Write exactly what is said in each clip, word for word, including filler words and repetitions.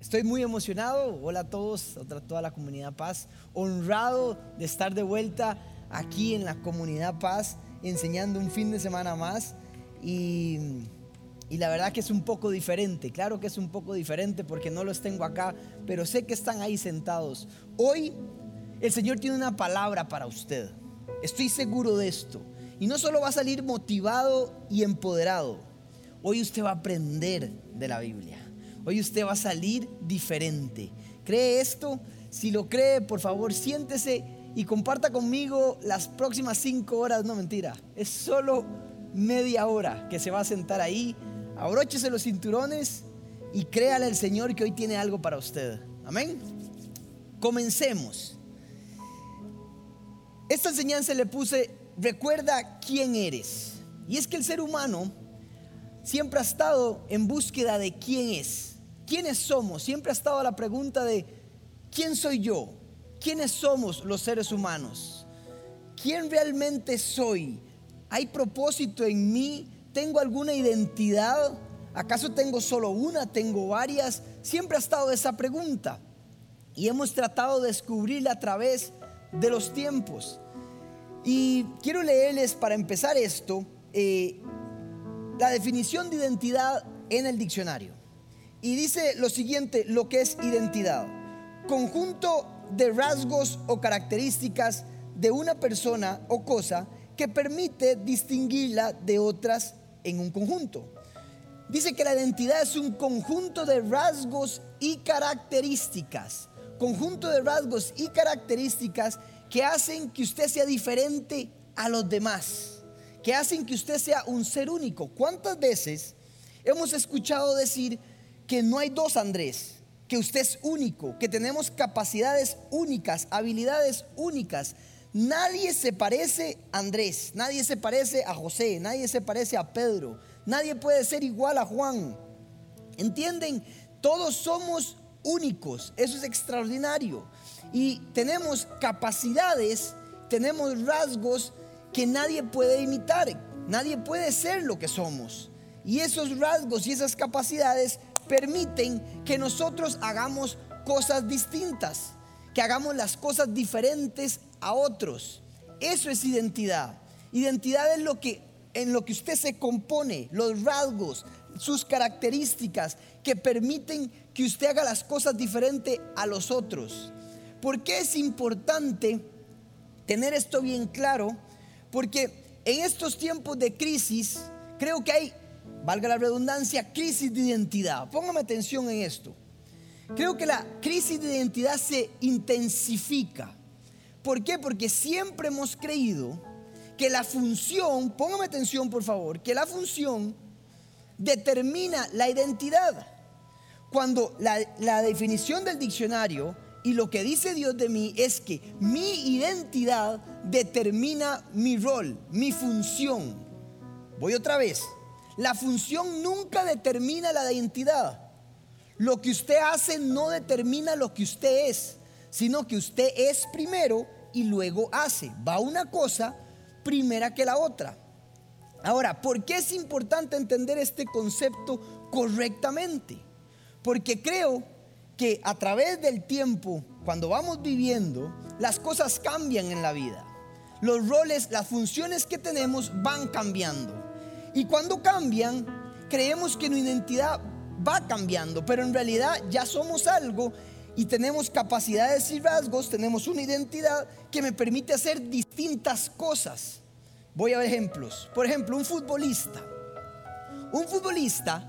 Estoy muy emocionado. Hola a todos, a toda la comunidad Paz. Honrado de estar de vuelta aquí en la comunidad Paz, enseñando un fin de semana más. Y, y la verdad que es un poco diferente. Claro que es un poco diferente porque no los tengo acá, pero sé que están ahí sentados. Hoy el Señor tiene una palabra para usted. Estoy seguro de esto. Y no solo va a salir motivado y empoderado. Hoy usted va a aprender de la Biblia. Hoy usted va a salir diferente. ¿Cree esto? Si lo cree, por favor, siéntese y comparta conmigo las próximas cinco horas. No, mentira, es solo media hora que se va a sentar ahí. Abróchese los cinturones y créale al Señor que hoy tiene algo para usted. Amén. Comencemos. Esta enseñanza le puse: recuerda quién eres. Y es que el ser humano siempre ha estado en búsqueda de quién es. ¿Quiénes somos? Siempre ha estado la pregunta de ¿quién soy yo? ¿Quiénes somos los seres humanos? ¿Quién realmente soy? ¿Hay propósito en mí? ¿Tengo alguna identidad? ¿Acaso tengo solo una? ¿Tengo varias? Siempre ha estado esa pregunta. Y hemos tratado de descubrirla a través de los tiempos. Y quiero leerles para empezar esto eh, la definición de identidad en el diccionario. Y dice lo siguiente: lo que es identidad: conjunto de rasgos o características de una persona o cosa que permite distinguirla de otras en un conjunto. Dice que la identidad es un conjunto de rasgos y características. Conjunto de rasgos y características que hacen que usted sea diferente a los demás, que hacen que usted sea un ser único. ¿Cuántas veces hemos escuchado decir que no hay dos Andrés, que usted es único, que tenemos capacidades únicas, habilidades únicas? Nadie se parece a Andrés, nadie se parece a José, nadie se parece a Pedro, nadie puede ser igual a Juan. ¿Entienden? Todos somos únicos. Eso es extraordinario. Y tenemos capacidades, tenemos rasgos que nadie puede imitar. Nadie puede ser lo que somos. Y esos rasgos y esas capacidades permiten que nosotros hagamos cosas distintas, que hagamos las cosas diferentes a otros. Eso es identidad. Identidad es lo que, en lo que usted se compone, los rasgos, sus características que permiten que usted haga las cosas diferentes a los otros. ¿Por qué es importante tener esto bien claro? Porque en estos tiempos de crisis, creo que hay, valga la redundancia, crisis de identidad. Póngame atención en esto. Creo que la crisis de identidad se intensifica. ¿Por qué? Porque siempre hemos creído que la función, póngame atención por favor, que la función determina la identidad. Cuando la, la definición del diccionario y lo que dice Dios de mí es que mi identidad determina mi rol, mi función. Voy otra vez. La función nunca determina la identidad. Lo que usted hace no determina lo que usted es, sino que usted es primero y luego hace. Va una cosa primera que la otra. Ahora, ¿por qué es importante entender este concepto correctamente? Porque creo que a través del tiempo, cuando vamos viviendo, las cosas cambian en la vida. Los roles, las funciones que tenemos van cambiando. Y cuando cambian, creemos que nuestra identidad va cambiando, pero en realidad ya somos algo y tenemos capacidades y rasgos, tenemos una identidad que me permite hacer distintas cosas. Voy a ver ejemplos. Por ejemplo, un futbolista. Un futbolista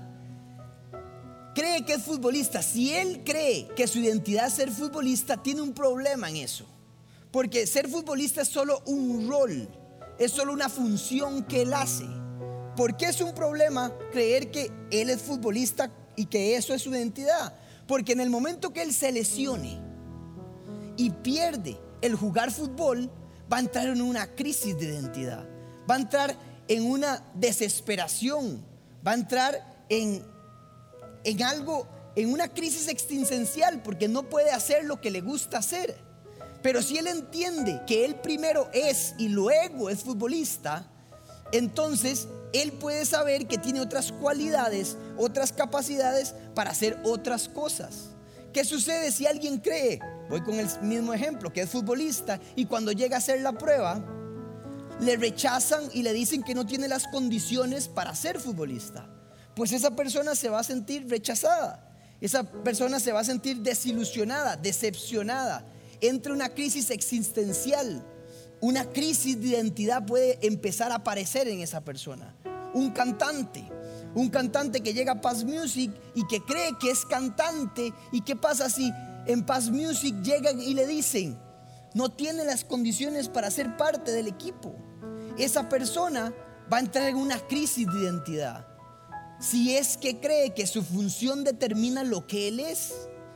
cree que es futbolista. Si él cree que su identidad es ser futbolista, tiene un problema en eso. Porque ser futbolista es solo un rol, es solo una función que él hace. ¿Por qué es un problema creer que él es futbolista y que eso es su identidad? Porque en el momento que él se lesione y pierde el jugar fútbol, va a entrar en una crisis de identidad. Va a entrar en una desesperación. Va a entrar en, en algo, en una crisis existencial, porque no puede hacer lo que le gusta hacer. Pero si él entiende que él primero es y luego es futbolista, entonces él puede saber que tiene otras cualidades, otras capacidades para hacer otras cosas. ¿qué sucede si alguien cree? Voy con el mismo ejemplo, que es futbolista y cuando llega a hacer la prueba, le rechazan y le dicen que no tiene las condiciones para ser futbolista. Pues esa persona se va a sentir rechazada, esa persona se va a sentir desilusionada, decepcionada, entra una crisis existencial, una crisis de identidad puede empezar a aparecer en esa persona. Un cantante, un cantante que llega a Paz Music y que cree que es cantante, ¿y qué pasa si en Paz Music llegan y le dicen no tiene las condiciones para ser parte del equipo? Esa persona va a entrar en una crisis de identidad, si es que cree que su función determina lo que él es.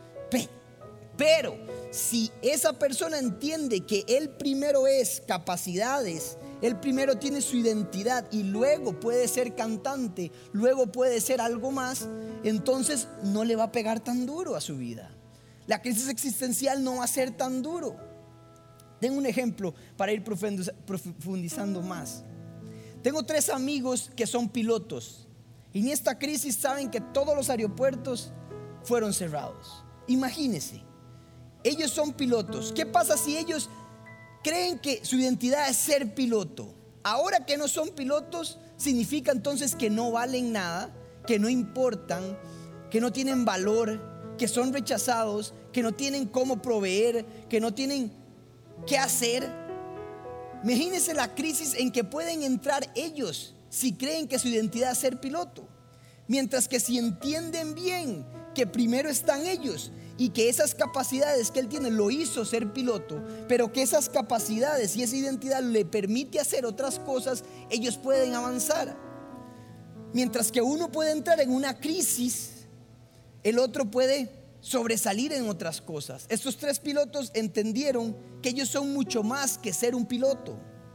Pero si esa persona entiende que él primero es capacidades, él primero tiene su identidad y luego puede ser cantante, luego puede ser algo más, entonces no le va a pegar tan duro a su vida. La crisis existencial no va a ser tan duro. Tengo un ejemplo para ir profundizando más. Tengo tres amigos que son pilotos y en esta crisis saben que todos los aeropuertos fueron cerrados. Imagínense, ellos son pilotos. ¿Qué pasa si ellos creen que su identidad es ser piloto? Ahora que no son pilotos, significa entonces que no valen nada, que no importan, que no tienen valor, que son rechazados, que no tienen cómo proveer, que no tienen qué hacer. Imagínense la crisis en que pueden entrar ellos si creen que su identidad es ser piloto. Mientras que si entienden bien que primero están ellos y que esas capacidades que él tiene lo hizo ser piloto, pero que esas capacidades y esa identidad le permite hacer otras cosas, ellos pueden avanzar. Mientras que uno puede entrar en una crisis, el otro puede sobresalir en otras cosas. Estos tres pilotos entendieron que ellos son mucho más que ser un piloto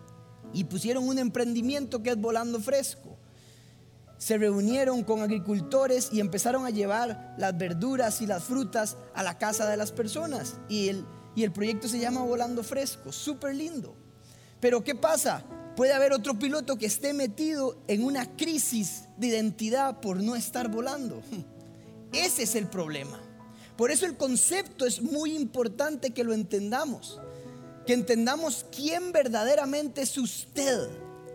y pusieron un emprendimiento que es Volando Fresco. Se reunieron con agricultores y empezaron a llevar las verduras y las frutas a la casa de las personas, y el, y el proyecto se llama Volando Fresco, súper lindo. Pero ¿qué pasa? Puede haber otro piloto que esté metido en una crisis de identidad por no estar volando. Ese es el problema. Por eso el concepto es muy importante que lo entendamos, que entendamos quién verdaderamente es usted.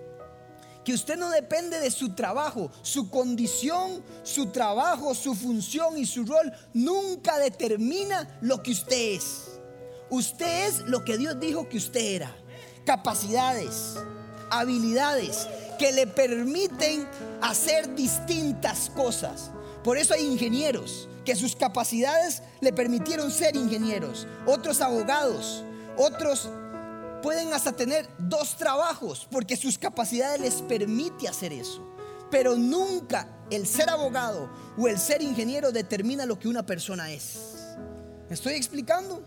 Que usted no depende de su trabajo, su condición, su trabajo, su función y su rol nunca determina lo que usted es. Usted es lo que Dios dijo que usted era. Capacidades, habilidades que le permiten hacer distintas cosas. Por eso hay ingenieros que sus capacidades le permitieron ser ingenieros, otros abogados, otros pueden hasta tener dos trabajos porque sus capacidades les permite hacer eso. Pero nunca el ser abogado o el ser ingeniero determina lo que una persona es. ¿Me estoy explicando?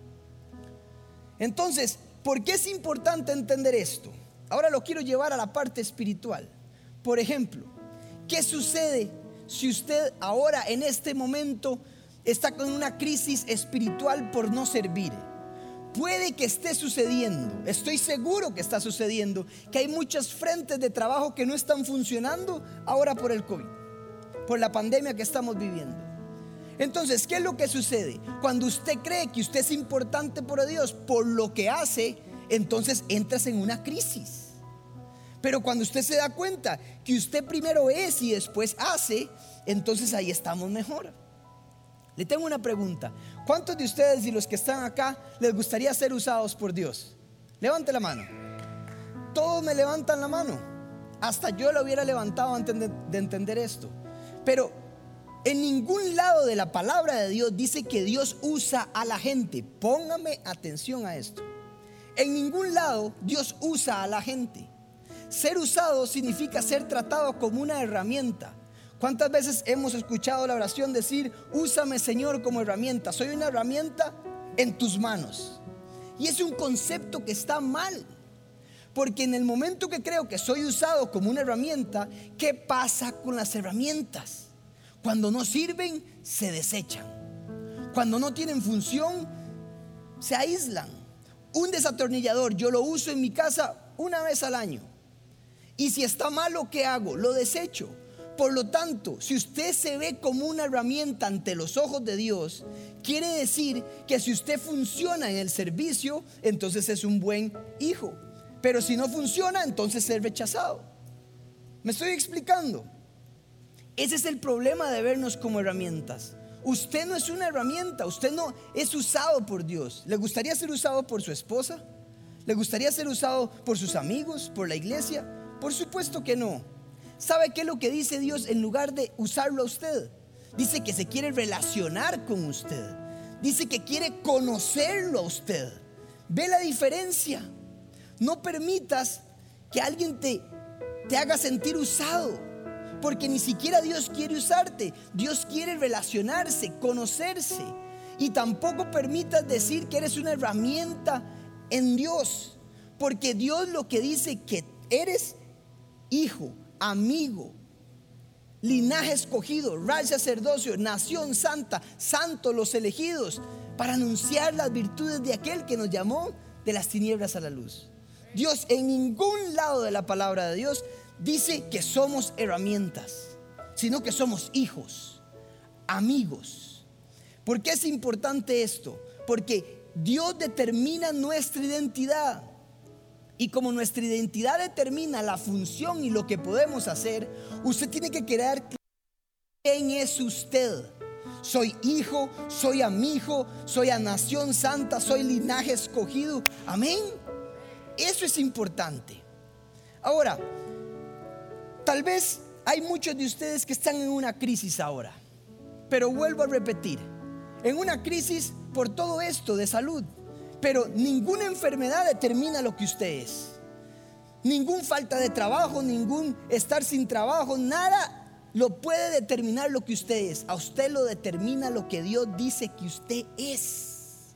Entonces, ¿por qué es importante entender esto? Ahora lo quiero llevar a la parte espiritual. Por ejemplo, ¿qué sucede si usted ahora en este momento está con una crisis espiritual por no servir? Puede que esté sucediendo, estoy seguro que está sucediendo, que hay muchos frentes de trabajo que no están funcionando ahora por el COVID, por la pandemia que estamos viviendo. Entonces, ¿qué es lo que sucede? Cuando usted cree que usted es importante por Dios por lo que hace, entonces entras en una crisis. Pero cuando usted se da cuenta que usted primero es y después hace, entonces ahí estamos mejor. Le tengo una pregunta. ¿Cuántos de ustedes y los que están acá les gustaría ser usados por Dios? Levante la mano. Todos me levantan la mano. Hasta yo lo hubiera levantado antes de entender esto. Pero en ningún lado de la palabra de Dios dice que Dios usa a la gente. Póngame atención a esto. En ningún lado Dios usa a la gente. Ser usado significa ser tratado como una herramienta. ¿Cuántas veces hemos escuchado la oración decir: úsame, Señor, como herramienta? Soy una herramienta en tus manos. Y es un concepto que está mal, porque en el momento que creo que soy usado como una herramienta, ¿qué pasa con las herramientas? Cuando no sirven, se desechan. Cuando no tienen función, se aíslan. Un desatornillador yo lo uso en mi casa una vez al año, y si está malo, ¿qué hago? Lo desecho. Por lo tanto, si usted se ve como una herramienta ante los ojos de Dios, quiere decir que si usted funciona en el servicio, entonces es un buen hijo. Pero si no funciona, entonces es rechazado. ¿Me estoy explicando? Ese es el problema de vernos como herramientas. Usted no es una herramienta, usted no es usado por Dios. ¿Le gustaría ser usado por su esposa? ¿Le gustaría ser usado por sus amigos, por la iglesia? Por supuesto que no. ¿Sabe qué es lo que dice Dios en lugar de usarlo a usted? Dice que se quiere relacionar con usted. Dice que quiere conocerlo a usted. ¿Ve la diferencia? No permitas que alguien te, te haga sentir usado, porque ni siquiera Dios quiere usarte. Dios quiere relacionarse, conocerse. Y tampoco permitas decir que eres una herramienta en Dios, porque Dios lo que dice que eres hijo, amigo, linaje escogido, real sacerdocio, nación santa, santos los elegidos, para anunciar las virtudes de aquel que nos llamó de las tinieblas a la luz. Dios en ningún lado de la palabra de Dios dice que somos herramientas, sino que somos hijos, amigos. ¿Por qué es importante esto? Porque Dios determina nuestra identidad. Y como nuestra identidad determina la función y lo que podemos hacer, usted tiene que quedar claro quién es usted. Soy hijo, soy amigo, soy a nación santa, soy linaje escogido. Amén. Eso es importante. Ahora, tal vez hay muchos de ustedes que están en una crisis ahora, pero vuelvo a repetir, en una crisis por todo esto de salud. Pero ninguna enfermedad determina lo que usted es. Ningún falta de trabajo, ningún estar sin trabajo, nada lo puede determinar lo que usted es. A usted lo determina lo que Dios dice que usted es.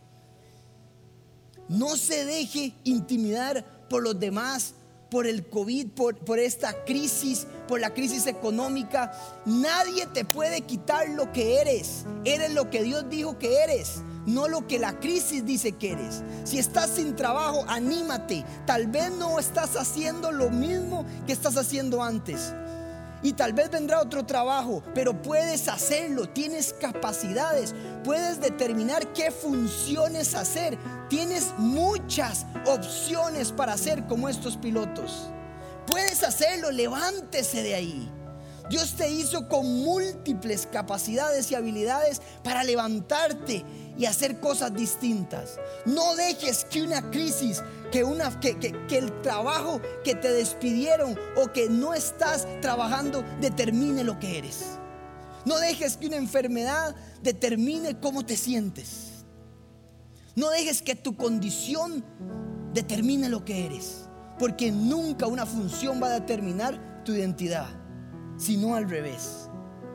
No se deje intimidar por los demás, por el COVID, por, por esta crisis, por la crisis económica. Nadie te puede quitar lo que eres. Eres lo que Dios dijo que eres, no lo que la crisis dice que eres. Si estás sin trabajo, anímate. Tal vez no estás haciendo lo mismo que estás haciendo antes, y tal vez vendrá otro trabajo, pero puedes hacerlo. Tienes capacidades, puedes determinar qué funciones hacer. Tienes muchas opciones para hacer como estos pilotos. Puedes hacerlo, levántese de ahí. Dios te hizo con múltiples capacidades y habilidades para levantarte y hacer cosas distintas. No dejes que una crisis, que, una, que, que, que el trabajo que te despidieron o que no estás trabajando determine lo que eres. No dejes que una enfermedad determine cómo te sientes. No dejes que tu condición determine lo que eres, porque nunca una función va a determinar tu identidad, sino al revés.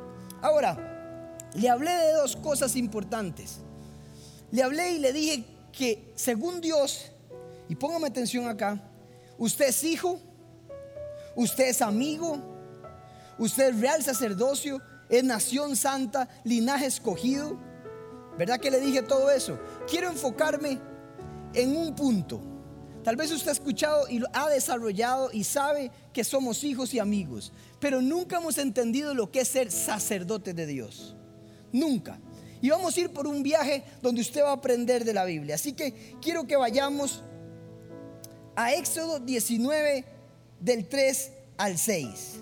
Ahora, le hablé de dos cosas importantes. Le hablé y le dije que según Dios, y póngame atención acá, usted es hijo, usted es amigo, usted es real sacerdocio, es nación santa, linaje escogido. ¿Verdad que le dije todo eso? Quiero enfocarme en un punto. Tal vez usted ha escuchado y lo ha desarrollado y sabe que somos hijos y amigos, pero nunca hemos entendido lo que es ser sacerdote de Dios. Nunca. Y vamos a ir por un viaje donde usted va a aprender de la Biblia. Así que quiero que vayamos a Éxodo diecinueve, del tres al seis.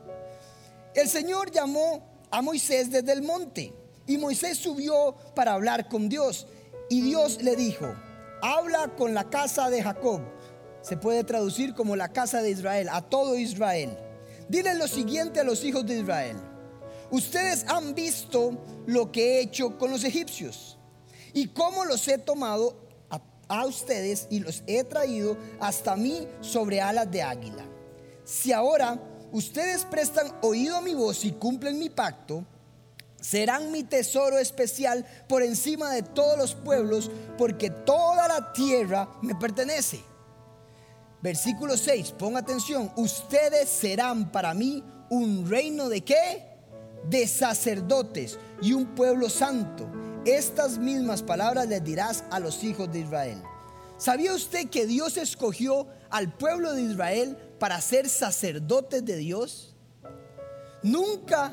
El Señor llamó a Moisés desde el monte, y Moisés subió para hablar con Dios. Y Dios le dijo: habla con la casa de Jacob. Se puede traducir como la casa de Israel, a todo Israel. Dile lo siguiente a los hijos de Israel: ustedes han visto lo que he hecho con los egipcios y cómo los he tomado a, a ustedes y los he traído hasta mí sobre alas de águila. Si ahora ustedes prestan oído a mi voz y cumplen mi pacto, serán mi tesoro especial por encima de todos los pueblos, porque toda la tierra me pertenece. Versículo seis, ponga atención: ustedes serán para mí un reino de ¿qué? De sacerdotes y un pueblo santo. Estas mismas palabras les dirás a los hijos de Israel. ¿Sabía usted que Dios escogió al pueblo de Israel para ser sacerdotes de Dios? nunca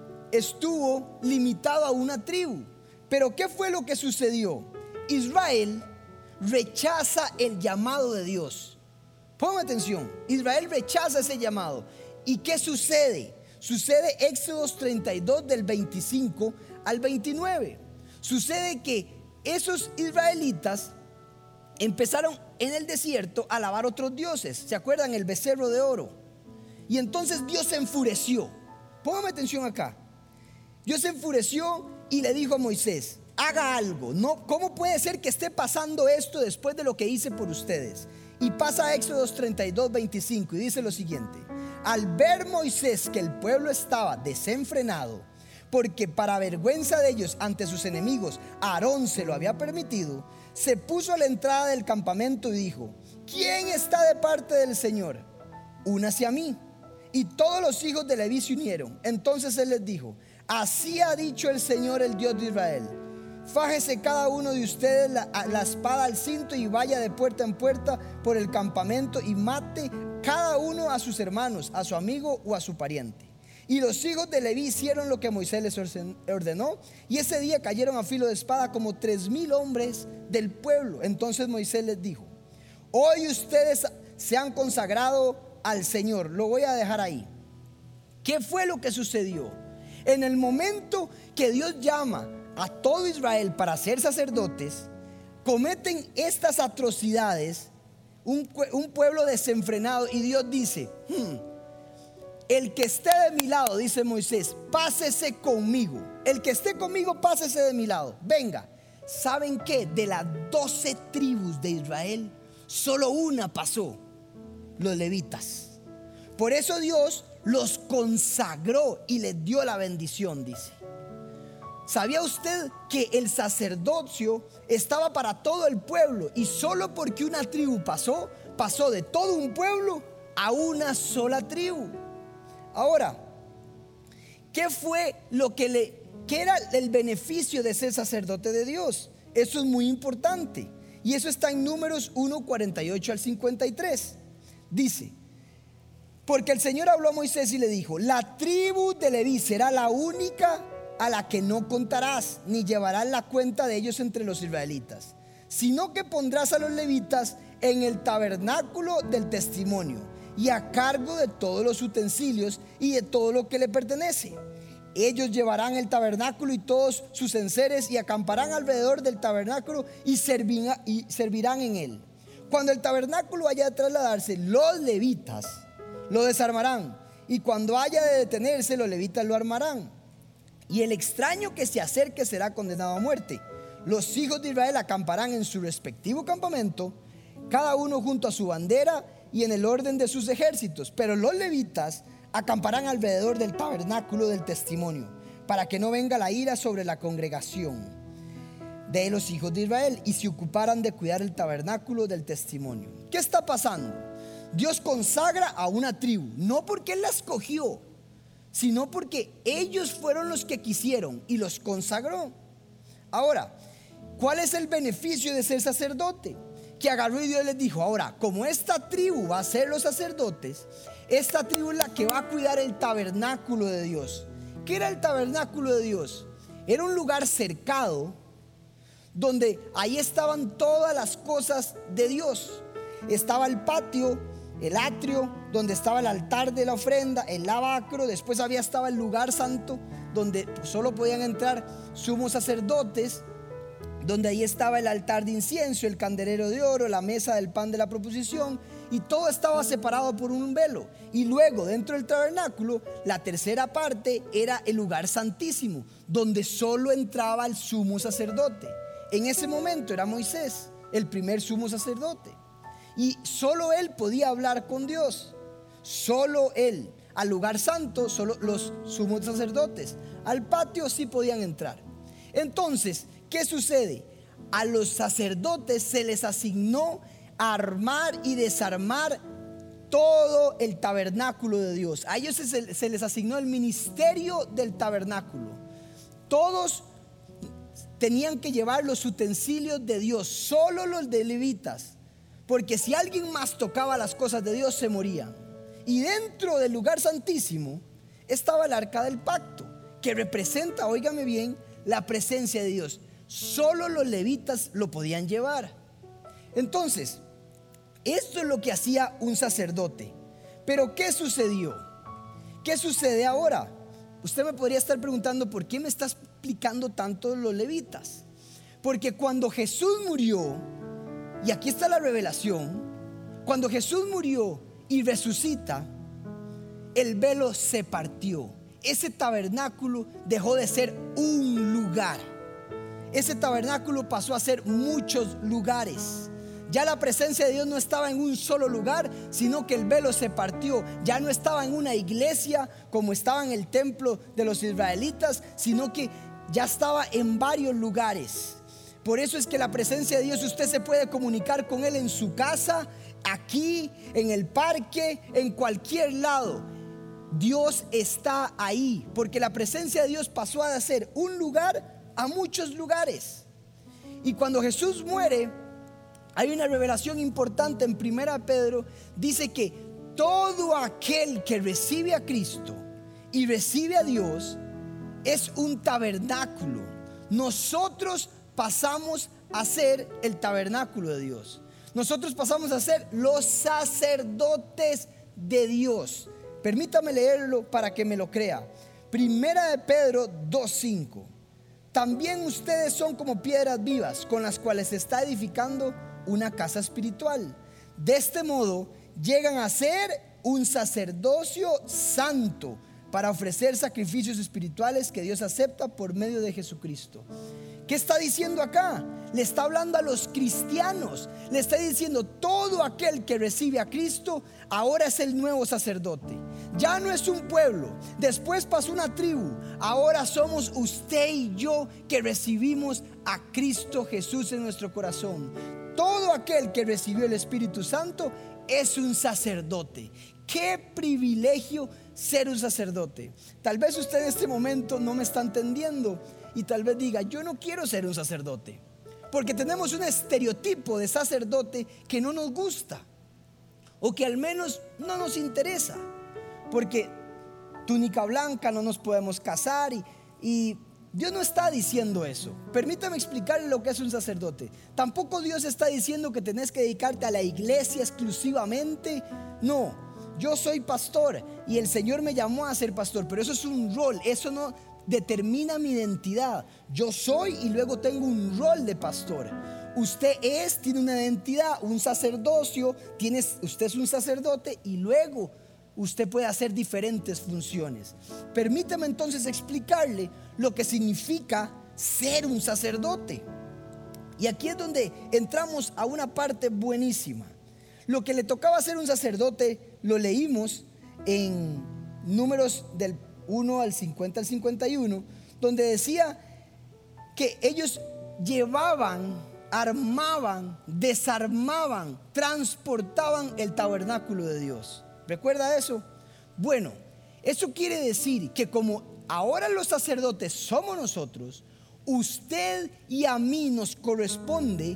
estuvo limitado a una tribu. Pero ¿qué fue lo que sucedió? Israel rechaza el llamado de Dios. Pongan atención, Israel rechaza ese llamado. ¿Y qué sucede? Sucede Éxodos treinta y dos del veinticinco al veintinueve. Sucede que esos israelitas empezaron en el desierto a alabar otros dioses. ¿Se acuerdan? El becerro de oro. Y entonces Dios se enfureció. Póngame atención acá. Dios se enfureció y le dijo a Moisés: haga algo. No, ¿cómo puede ser que esté pasando esto después de lo que hice por ustedes? Y pasa a Éxodos treinta y dos, veinticinco y dice lo siguiente: al ver Moisés que el pueblo estaba desenfrenado, porque para vergüenza de ellos ante sus enemigos Aarón se lo había permitido, se puso a la entrada del campamento y dijo: ¿quién está de parte del Señor? Únase a mí. Y todos los hijos de Leví se unieron. Entonces él les dijo: así ha dicho el Señor, el Dios de Israel: fájese cada uno de ustedes la, la espada al cinto y vaya de puerta en puerta por el campamento y mate cada uno a sus hermanos, a su amigo o a su pariente. Y los hijos de Leví hicieron lo que Moisés les ordenó, y ese día cayeron a filo de espada como tres mil hombres del pueblo. Entonces Moisés les dijo: hoy ustedes se han consagrado al Señor. Lo voy a dejar ahí. ¿Qué fue lo que sucedió? En el momento que Dios llama a todo Israel para ser sacerdotes, cometen estas atrocidades un, un pueblo desenfrenado, y Dios dice: hmm, el que esté de mi lado, dice Moisés, pásese conmigo. El que esté conmigo, pásese de mi lado. Venga. ¿Saben qué? De las doce tribus de Israel, solo una pasó: los levitas. Por eso Dios los consagró y les dio la bendición, dice. ¿Sabía usted que el sacerdocio estaba para todo el pueblo? Y solo porque una tribu pasó, pasó de todo un pueblo a una sola tribu. Ahora, ¿qué fue lo que le, qué era el beneficio de ser sacerdote de Dios? Eso es muy importante. Y eso está en Números uno, cuarenta y ocho al cincuenta y tres. Dice: porque el Señor habló a Moisés y le dijo: la tribu de Leví será la única a la que no contarás, ni llevarás la cuenta de ellos entre los israelitas, sino que pondrás a los levitas en el tabernáculo del testimonio y a cargo de todos los utensilios y de todo lo que le pertenece. Ellos llevarán el tabernáculo y todos sus enseres y acamparán alrededor del tabernáculo y, servirá, y servirán en él. Cuando el tabernáculo haya de trasladarse, los levitas lo desarmarán, y cuando haya de detenerse, los levitas lo armarán. Y el extraño que se acerque será condenado a muerte. Los hijos de Israel acamparán en su respectivo campamento, cada uno junto a su bandera y en el orden de sus ejércitos. Pero los levitas acamparán alrededor del tabernáculo del testimonio, para que no venga la ira sobre la congregación de los hijos de Israel, y se ocuparan de cuidar el tabernáculo del testimonio. ¿Qué está pasando? Dios consagra a una tribu, no porque Él la escogió, sino porque ellos fueron los que quisieron y los consagró. Ahora, ¿cuál es el beneficio de ser sacerdote? Que agarró y Dios les dijo: ahora, como esta tribu va a ser los sacerdotes, esta tribu es la que va a cuidar el tabernáculo de Dios. ¿Qué era el tabernáculo de Dios? Era un lugar cercado donde ahí estaban todas las cosas de Dios. Estaba el patio, el atrio, donde estaba el altar de la ofrenda, el lavacro. Después había estaba el lugar santo, donde solo podían entrar sumos sacerdotes, donde ahí estaba el altar de incienso, el candelero de oro, la mesa del pan de la proposición, y todo estaba separado por un velo. Y luego, dentro del tabernáculo, la tercera parte era el lugar santísimo, donde solo entraba el sumo sacerdote. En ese momento era Moisés, el primer sumo sacerdote, y solo él podía hablar con Dios. Solo él. Al lugar santo, solo los sumos sacerdotes. Al patio sí podían entrar. Entonces, ¿qué sucede? A los sacerdotes se les asignó armar y desarmar todo el tabernáculo de Dios. A ellos se, se les asignó el ministerio del tabernáculo. Todos tenían que llevar los utensilios de Dios, solo los de levitas, porque si alguien más tocaba las cosas de Dios, se morían. Y dentro del lugar santísimo estaba el arca del pacto, que representa, óigame bien, la presencia de Dios. Solo los levitas lo podían llevar. Entonces, esto es lo que hacía un sacerdote. Pero ¿qué sucedió? ¿Qué sucede ahora? Usted me podría estar preguntando, ¿por qué me está explicando tanto los levitas? Porque cuando Jesús murió, y aquí está la revelación, cuando Jesús murió y resucita, el velo se partió. Ese tabernáculo dejó de ser un lugar. Ese tabernáculo pasó a ser muchos lugares. Ya la presencia de Dios no estaba en un solo lugar, sino que el velo se partió. Ya no estaba en una iglesia como estaba en el templo de los israelitas, sino que ya estaba en varios lugares. Por eso es que la presencia de Dios, usted se puede comunicar con Él en su casa, aquí, en el parque, en cualquier lado. Dios está ahí, porque la presencia de Dios pasó a ser un lugar a muchos lugares. Y cuando Jesús muere, hay una revelación importante en primera de Pedro. Dice que todo aquel que recibe a Cristo y recibe a Dios es un tabernáculo. Nosotros pasamos a ser el tabernáculo de Dios. Nosotros pasamos a ser los sacerdotes de Dios. Permítame leerlo para que me lo crea. Primera de Pedro dos cinco. También ustedes son como piedras vivas con las cuales se está edificando una casa espiritual. De este modo llegan a ser un sacerdocio santo para ofrecer sacrificios espirituales que Dios acepta por medio de Jesucristo. ¿Qué está diciendo acá? Le está hablando a los cristianos. Le está diciendo, todo aquel que recibe a Cristo ahora es el nuevo sacerdote. Ya no es un pueblo, después pasó una tribu. Ahora somos usted y yo que recibimos a Cristo Jesús en nuestro corazón. Todo aquel que recibió el Espíritu Santo es un sacerdote. Qué privilegio ser un sacerdote. Tal vez usted en este momento no me está entendiendo y tal vez diga, yo no quiero ser un sacerdote, porque tenemos un estereotipo de sacerdote que no nos gusta, o que al menos no nos interesa, porque túnica blanca, no nos podemos casar, y, y Dios no está diciendo eso. Permítame explicarle lo que es un sacerdote. Tampoco Dios está diciendo que tenés que dedicarte a la iglesia exclusivamente. No, yo soy pastor y el Señor me llamó a ser pastor, pero eso es un rol, eso no determina mi identidad. Yo soy y luego tengo un rol de pastor. Usted es, tiene una identidad, un sacerdocio, tiene, usted es un sacerdote y luego usted puede hacer diferentes funciones. Permítame entonces explicarle lo que significa ser un sacerdote. Y aquí es donde entramos a una parte buenísima. Lo que le tocaba ser un sacerdote lo leímos en Números del uno al cincuenta al cincuenta y uno, donde decía que ellos llevaban, armaban, desarmaban, transportaban el tabernáculo de Dios. ¿Recuerda eso? Bueno, eso quiere decir que como ahora los sacerdotes somos nosotros, usted y a mí nos corresponde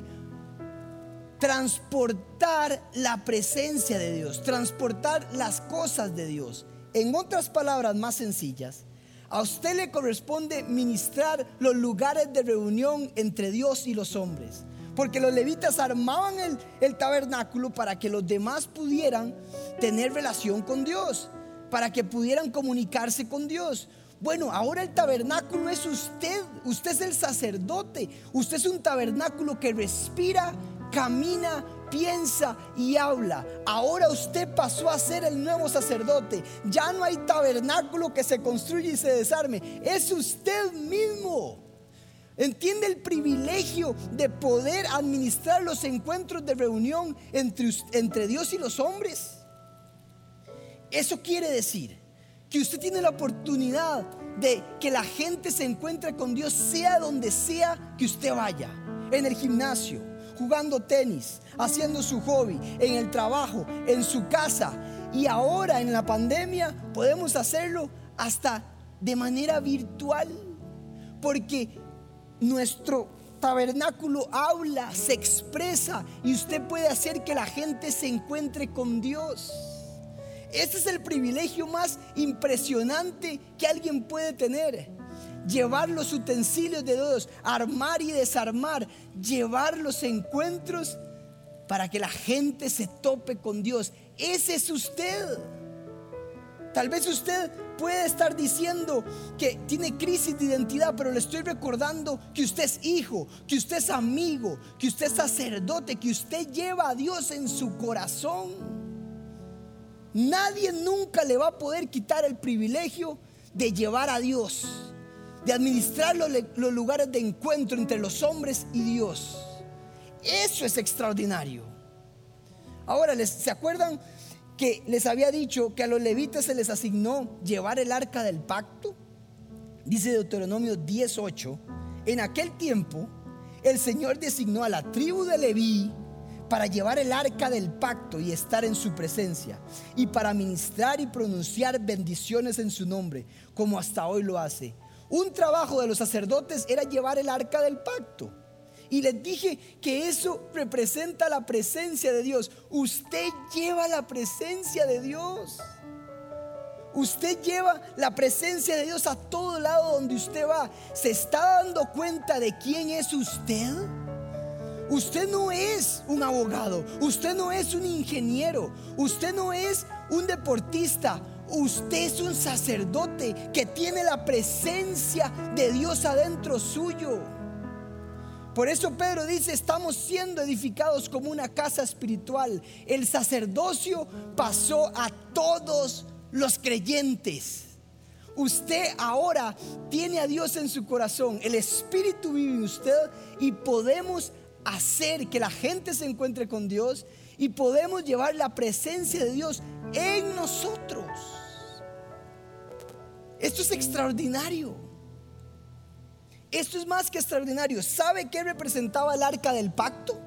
transportar la presencia de Dios, transportar las cosas de Dios. En otras palabras más sencillas, a usted le corresponde ministrar los lugares de reunión entre Dios y los hombres, porque los levitas armaban el, el tabernáculo para que los demás pudieran tener relación con Dios, para que pudieran comunicarse con Dios. Bueno, ahora el tabernáculo es usted. Usted es el sacerdote. Usted es un tabernáculo que respira, camina, piensa y habla. Ahora usted pasó a ser el nuevo sacerdote. Ya no hay tabernáculo que se construye y se desarme. Es usted mismo. ¿Entiende el privilegio de poder administrar los encuentros de reunión entre, entre Dios y los hombres? Eso quiere decir que usted tiene la oportunidad de que la gente se encuentre con Dios, sea donde sea que usted vaya. En el gimnasio, jugando tenis, haciendo su hobby, en el trabajo, en su casa. Y ahora en la pandemia podemos hacerlo hasta de manera virtual, porque nuestro tabernáculo habla, se expresa, y usted puede hacer que la gente se encuentre con Dios. Este es el privilegio más impresionante que alguien puede tener. Llevar los utensilios de Dios, armar y desarmar, llevar los encuentros para que la gente se tope con Dios. Ese es usted. Tal vez usted puede estar diciendo que tiene crisis de identidad, pero le estoy recordando que usted es hijo, que usted es amigo, que usted es sacerdote, que usted lleva a Dios en su corazón. Nadie nunca le va a poder quitar el privilegio de llevar a Dios, de administrar los, los lugares de encuentro entre los hombres y Dios. Eso es extraordinario. Ahora, ¿les, ¿se acuerdan que les había dicho que a los levitas se les asignó llevar el arca del pacto? Dice Deuteronomio diez ocho: en aquel tiempo el Señor designó a la tribu de Leví para llevar el arca del pacto y estar en su presencia, y para ministrar y pronunciar bendiciones en su nombre, como hasta hoy lo hace. Un trabajo de los sacerdotes era llevar el arca del pacto. Y les dije que eso representa la presencia de Dios. Usted lleva la presencia de Dios. Usted lleva la presencia de Dios a todo lado donde usted va. ¿Se está dando cuenta de quién es usted? Usted no es un abogado, usted no es un ingeniero, usted no es un deportista. Usted es un sacerdote que tiene la presencia de Dios adentro suyo. Por eso Pedro dice: estamos siendo edificados como una casa espiritual. El sacerdocio pasó a todos los creyentes. Usted ahora tiene a Dios en su corazón. El Espíritu vive en usted y podemos hacer que la gente se encuentre con Dios, y podemos llevar la presencia de Dios en nosotros. Esto es extraordinario. Esto es más que extraordinario. ¿Sabe qué representaba el arca del pacto?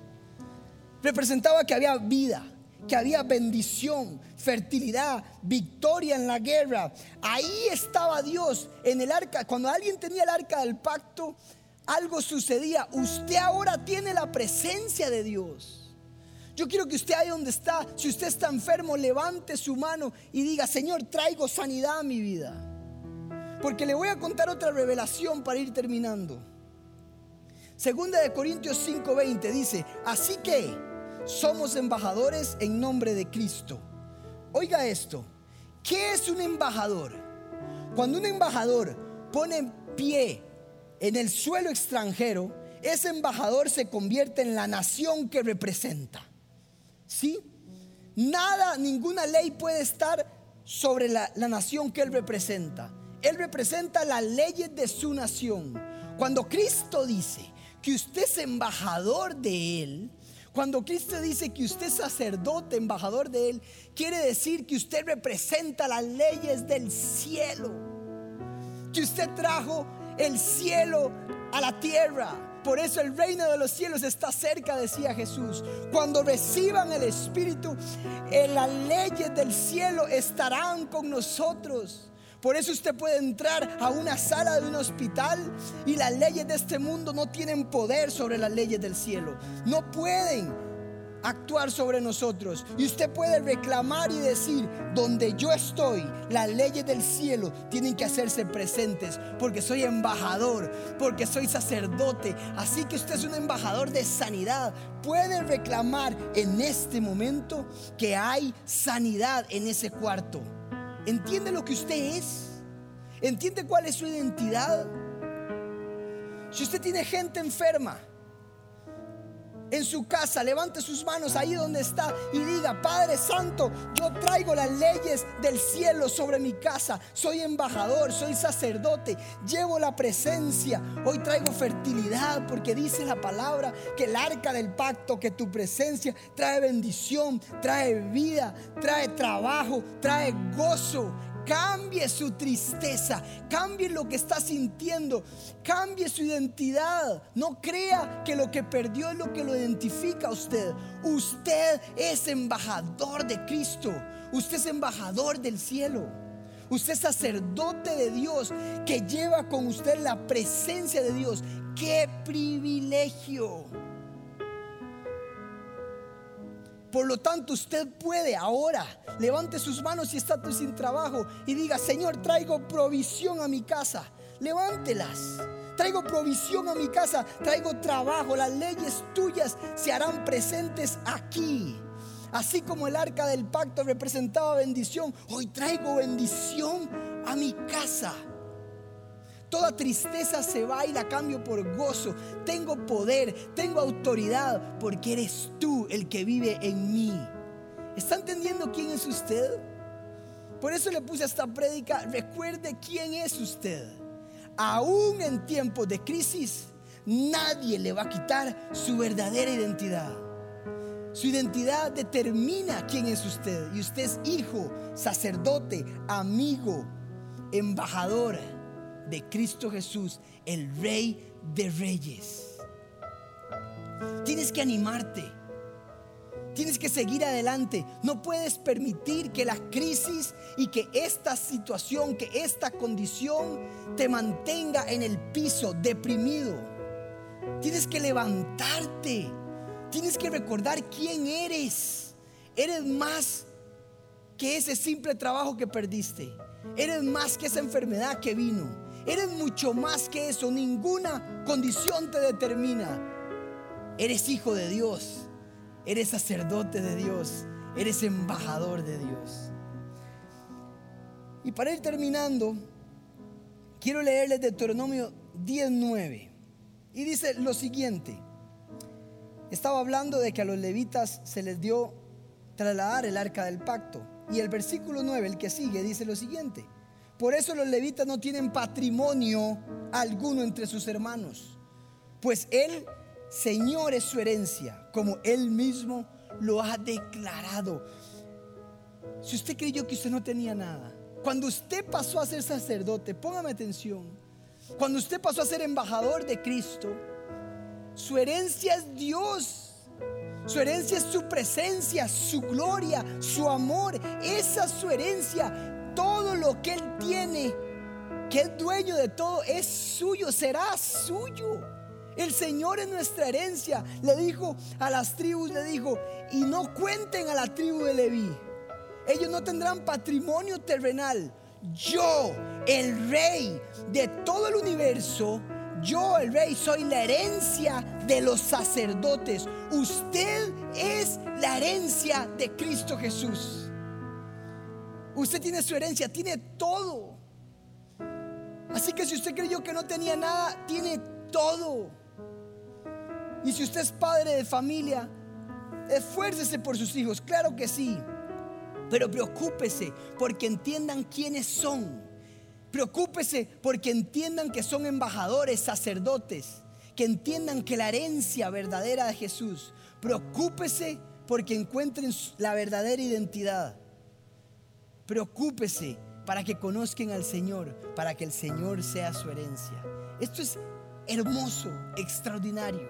Representaba que había vida, que había bendición, fertilidad, victoria en la guerra. Ahí estaba Dios en el arca. Cuando alguien tenía el arca del pacto, algo sucedía. Usted ahora tiene la presencia de Dios. Yo quiero que usted, ahí donde está, si usted está enfermo, levante su mano y diga: Señor, traigo sanidad a mi vida. Porque le voy a contar otra revelación para ir terminando. Segunda de Corintios cinco veinte dice: así que somos embajadores en nombre de Cristo. Oiga esto: ¿qué es un embajador? Cuando un embajador pone en pie en el suelo extranjero, ese embajador se convierte en la nación que representa. ¿Sí? Nada, ninguna ley puede estar sobre la, la nación que él representa. Él representa las leyes de su nación. Cuando Cristo dice que usted es embajador de Él, cuando Cristo dice que usted es sacerdote, embajador de Él, quiere decir que usted representa las leyes del cielo, que usted trajo el cielo a la tierra. Por eso el reino de los cielos está cerca, decía Jesús. Cuando reciban el Espíritu, en las leyes del cielo estarán con nosotros. Por eso usted puede entrar a una sala de un hospital y las leyes de este mundo no tienen poder sobre las leyes del cielo. No pueden actuar sobre nosotros. Y usted puede reclamar y decir: donde yo estoy, las leyes del cielo tienen que hacerse presentes, porque soy embajador, porque soy sacerdote. Así que usted es un embajador de sanidad. Puede reclamar en este momento que hay sanidad en ese cuarto. ¿Entiende lo que usted es? ¿Entiende cuál es su identidad? Si usted tiene gente enferma en su casa, levante sus manos ahí donde está y diga: Padre Santo, yo traigo las leyes del cielo sobre mi casa. Soy embajador, soy sacerdote, llevo la presencia. Hoy traigo fertilidad, porque dice la palabra que el arca del pacto, que tu presencia trae bendición, trae vida, trae trabajo, trae gozo. Cambie su tristeza, cambie lo que está sintiendo, cambie su identidad. No crea que lo que perdió es lo que lo identifica a usted. Usted es embajador de Cristo. Usted es embajador del cielo. Usted es sacerdote de Dios, que lleva con usted la presencia de Dios. ¡Qué privilegio! Por lo tanto, usted puede ahora, levante sus manos si está sin trabajo y diga: Señor, traigo provisión a mi casa. Levántelas. Traigo provisión a mi casa, traigo trabajo. Las leyes tuyas se harán presentes aquí. Así como el arca del pacto representaba bendición, hoy traigo bendición a mi casa. Toda tristeza se va y la cambio por gozo. Tengo poder, tengo autoridad, porque eres tú el que vive en mí. ¿Está entendiendo quién es usted? Por eso le puse a esta prédica: recuerde quién es usted. Aún en tiempos de crisis, nadie le va a quitar su verdadera identidad. Su identidad determina quién es usted. Y usted es hijo, sacerdote, amigo, embajador de Cristo Jesús, el Rey de Reyes. Tienes que animarte. Tienes que seguir adelante. No puedes permitir que la crisis y que esta situación, que esta condición te mantenga en el piso, deprimido. Tienes que levantarte. Tienes que recordar quién eres. Eres más que ese simple trabajo que perdiste. Eres más que esa enfermedad que vino. Eres mucho más que eso. Ninguna condición te determina. Eres hijo de Dios. Eres sacerdote de Dios. Eres embajador de Dios. Y para ir terminando, quiero leerles Deuteronomio diez nueve. Y dice lo siguiente. Estaba hablando de que a los levitas se les dio trasladar el arca del pacto. Y el versículo nueve, el que sigue, dice lo siguiente: por eso los levitas no tienen patrimonio alguno entre sus hermanos, pues el Señor es su herencia, como Él mismo lo ha declarado. Si usted creyó que usted no tenía nada, cuando usted pasó a ser sacerdote, póngame atención, cuando usted pasó a ser embajador de Cristo, su herencia es Dios. Su herencia es su presencia, su gloria, su amor. Esa es su herencia. Todo lo que Él tiene, que es dueño de todo, es suyo, será suyo. El Señor es nuestra herencia. Le dijo a las tribus, le dijo: y no cuenten a la tribu de Leví. Ellos no tendrán patrimonio terrenal. Yo, el rey de todo el universo, yo, el rey, soy la herencia de los sacerdotes. Usted es la herencia de Cristo Jesús. Usted tiene su herencia, tiene todo. Así que si usted creyó que no tenía nada, tiene todo. Y si usted es padre de familia, esfuércese por sus hijos, claro que sí. Pero preocúpese porque entiendan quiénes son. Preocúpese porque entiendan que son embajadores, sacerdotes, que entiendan que la herencia verdadera de Jesús. Preocúpese porque encuentren la verdadera identidad. Preocúpese para que conozcan al Señor, para que el Señor sea su herencia. Esto es hermoso, extraordinario.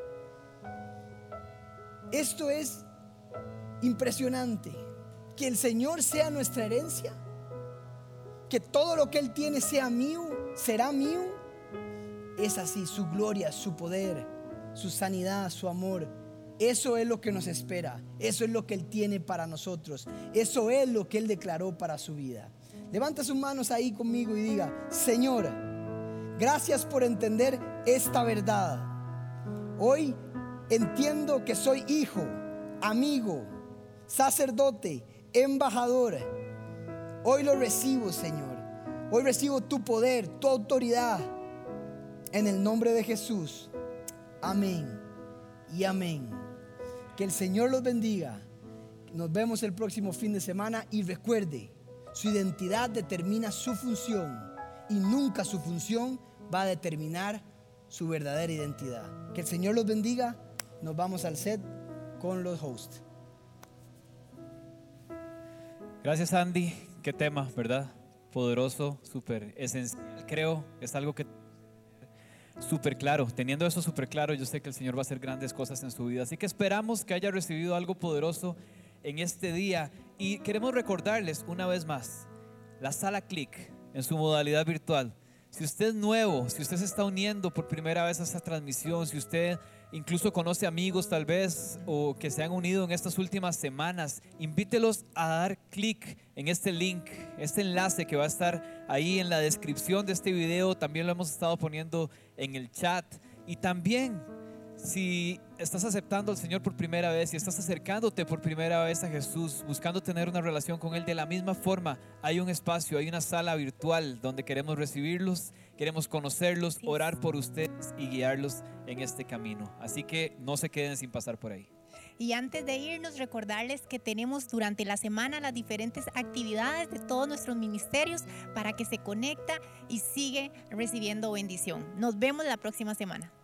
Esto es impresionante. Que el Señor sea nuestra herencia, que todo lo que Él tiene sea mío, será mío. Es así, su gloria, su poder, su sanidad, su amor. Eso es lo que nos espera. Eso es lo que Él tiene para nosotros. Eso es lo que Él declaró para su vida. Levanta sus manos ahí conmigo y diga: Señor, gracias por entender esta verdad. Hoy entiendo que soy hijo, amigo, sacerdote, embajador. Hoy lo recibo, Señor. Hoy recibo tu poder, tu autoridad, en el nombre de Jesús. Amén y amén. Que el Señor los bendiga. Nos vemos el próximo fin de semana. Y recuerde, su identidad determina su función, y nunca su función va a determinar su verdadera identidad. Que el Señor los bendiga. Nos vamos al set con los hosts. Gracias, Andy. Qué tema, ¿verdad? Poderoso, súper esencial. Creo que es algo que súper claro. Teniendo eso súper claro, yo sé que el Señor va a hacer grandes cosas en su vida. Así que esperamos que haya recibido algo poderoso en este día. Y queremos recordarles una vez más, la sala Click en su modalidad virtual. Si usted es nuevo, si usted se está uniendo por primera vez a esta transmisión, si usted incluso conoce amigos tal vez o que se han unido en estas últimas semanas, invítelos a dar clic en este link, este enlace que va a estar ahí en la descripción de este video. También lo hemos estado poniendo en el chat. Y también, si estás aceptando al Señor por primera vez, si estás acercándote por primera vez a Jesús, buscando tener una relación con Él, de la misma forma hay un espacio, hay una sala virtual donde queremos recibirlos, queremos conocerlos, orar por ustedes y guiarlos en este camino. Así que no se queden sin pasar por ahí. Y antes de irnos, recordarles que tenemos durante la semana las diferentes actividades de todos nuestros ministerios para que se conecta y sigue recibiendo bendición. Nos vemos la próxima semana.